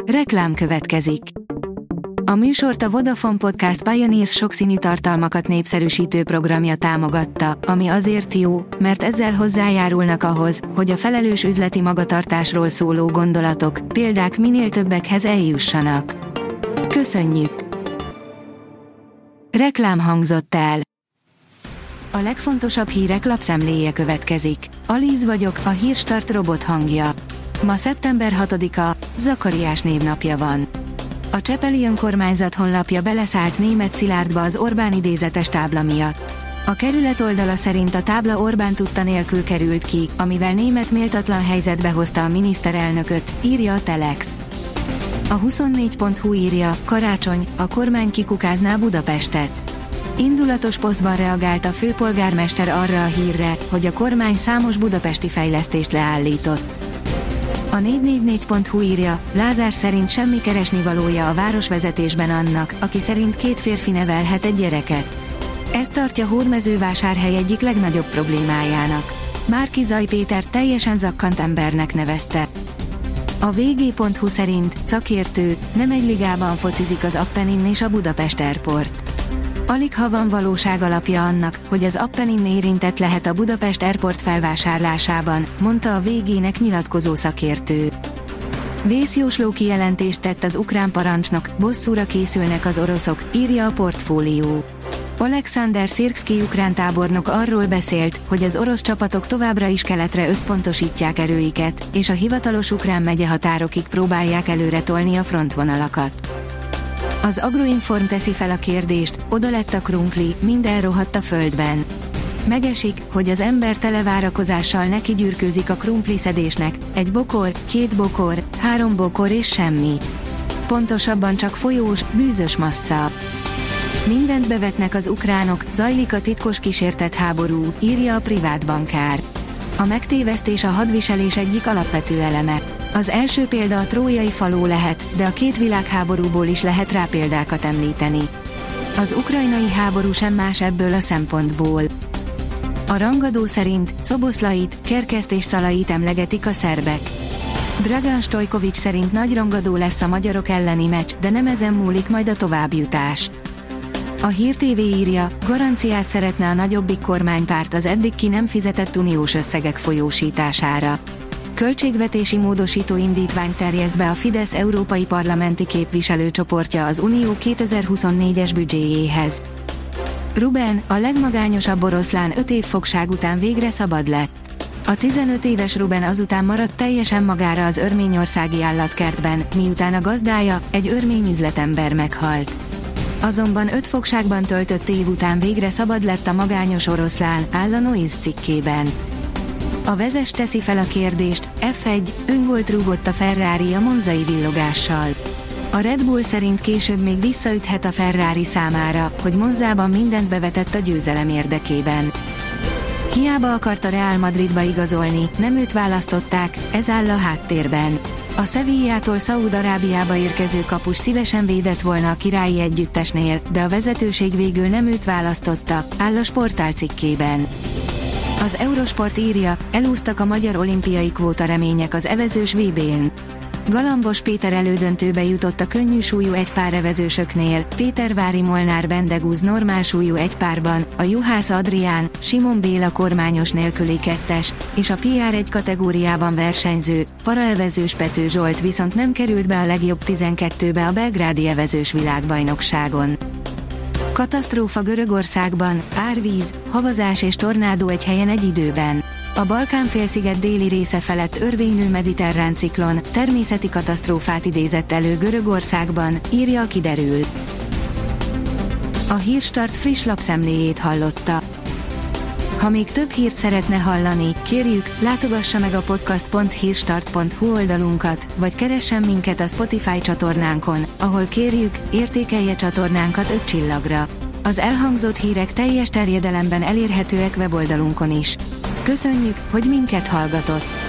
Reklám következik. A műsort a Vodafone Podcast Pioneers sokszínű tartalmakat népszerűsítő programja támogatta, ami azért jó, mert ezzel hozzájárulnak ahhoz, hogy a felelős üzleti magatartásról szóló gondolatok, példák minél többekhez eljussanak. Köszönjük! Reklám hangzott el. A legfontosabb hírek lapszemléje következik. Alíz vagyok, a Hírstart robot hangja. Ma szeptember 6-a, Zakariás névnapja van. A csepeli önkormányzat honlapja beleszállt Németh Szilárdba az Orbán idézetes tábla miatt. A kerület oldala szerint a tábla Orbán tudta nélkül került ki, amivel Németh méltatlan helyzetbe hozta a miniszterelnököt, írja a Telex. A 24.hu írja, karácsony, a kormány kikukázná Budapestet. Indulatos posztban reagált a főpolgármester arra a hírre, hogy a kormány számos budapesti fejlesztést leállított. A 444.hu írja, Lázár szerint semmi keresnivalója a városvezetésben annak, aki szerint 2 férfi nevelhet egy gyereket. Ezt tartja Hódmezővásárhely egyik legnagyobb problémájának. Márki-Zay Péter teljesen zakkant embernek nevezte. A vg.hu szerint, szakértő, nem egy ligában focizik az Appenin és a Budapest Airport. Aligha van valóság alapja annak, hogy az Appenin érintett lehet a Budapest Airport felvásárlásában, mondta a VG-nek nyilatkozó szakértő. Vészjósló kijelentést tett az ukrán parancsnok, bosszúra készülnek az oroszok, írja a Portfólió. Oleksandr Szirszkij ukrán tábornok arról beszélt, hogy az orosz csapatok továbbra is keletre összpontosítják erőiket, és a hivatalos ukrán megyehatárokig próbálják előretolni a frontvonalakat. Az Agroinform teszi fel a kérdést, oda lett a krumpli, minden rohadt a földben. Megesik, hogy az ember tele várakozással neki gyűrkőzik a krumpli szedésnek, 1 bokor, 2 bokor, 3 bokor és semmi. Pontosabban csak folyós, bűzös massza. Mindent bevetnek az ukránok, zajlik a titkos kísértett háború, írja a privát bankár. A megtévesztés a hadviselés egyik alapvető eleme. Az első példa a trójai faló lehet, de a 2 világháborúból is lehet rá példákat említeni. Az ukrajnai háború sem más ebből a szempontból. A rangadó szerint Szoboszlait, Kerkeszt és Szalait emlegetik a szerbek. Dragan Stojković szerint nagy rangadó lesz a magyarok elleni meccs, de nem ezen múlik majd a továbbjutás. A Hír TV írja, garanciát szeretne a nagyobbik kormánypárt az eddig ki nem fizetett uniós összegek folyósítására. Költségvetési módosító indítványt terjeszt be a Fidesz európai parlamenti képviselőcsoportja az Unió 2024-es büdzséjéhez. Ruben, a legmagányosabb oroszlán 5 év fogság után végre szabad lett. A 15 éves Ruben azután maradt teljesen magára az örményországi állatkertben, miután a gazdája, egy örmény üzletember meghalt. Azonban 5 fogságban töltött év után végre szabad lett a magányos oroszlán, áll a Noise cikkében. A Vezes teszi fel a kérdést, F1, öngolt rúgott a Ferrari a monzai villogással. A Red Bull szerint később még visszaüthet a Ferrari számára, hogy Monzában mindent bevetett a győzelem érdekében. Hiába akart a Real Madridba igazolni, nem őt választották, ez áll a háttérben. A Sevillától Szaúd-Arábiába érkező kapus szívesen védett volna a királyi együttesnél, de a vezetőség végül nem őt választotta, áll a Sportál cikkében. Az Eurosport írja, elúsztak a magyar olimpiai kvóta remények az evezős VB-n. Galambos Péter elődöntőbe jutott a könnyű súlyú egypár evezősöknél, Pétervári Molnár Bendegúz normál súlyú egypárban, a Juhász Adrián, Simon Béla kormányos nélküli 2-es, és a PR1 kategóriában versenyző, paraevezős Pető Zsolt viszont nem került be a legjobb 12-be a belgrádi evezős világbajnokságon. Katasztrófa Görögországban, árvíz, havazás és tornádó egy helyen egy időben. A Balkán-félsziget déli része felett örvénylő mediterrán ciklon természeti katasztrófát idézett elő Görögországban, írja a Kiderül. A Hírstart friss lapszemléjét hallotta. Ha még több hírt szeretne hallani, kérjük, látogassa meg a podcast.hírstart.hu oldalunkat, vagy keressen minket a Spotify csatornánkon, ahol kérjük, értékelje csatornánkat 5 csillagra. Az elhangzott hírek teljes terjedelemben elérhetőek weboldalunkon is. Köszönjük, hogy minket hallgatott!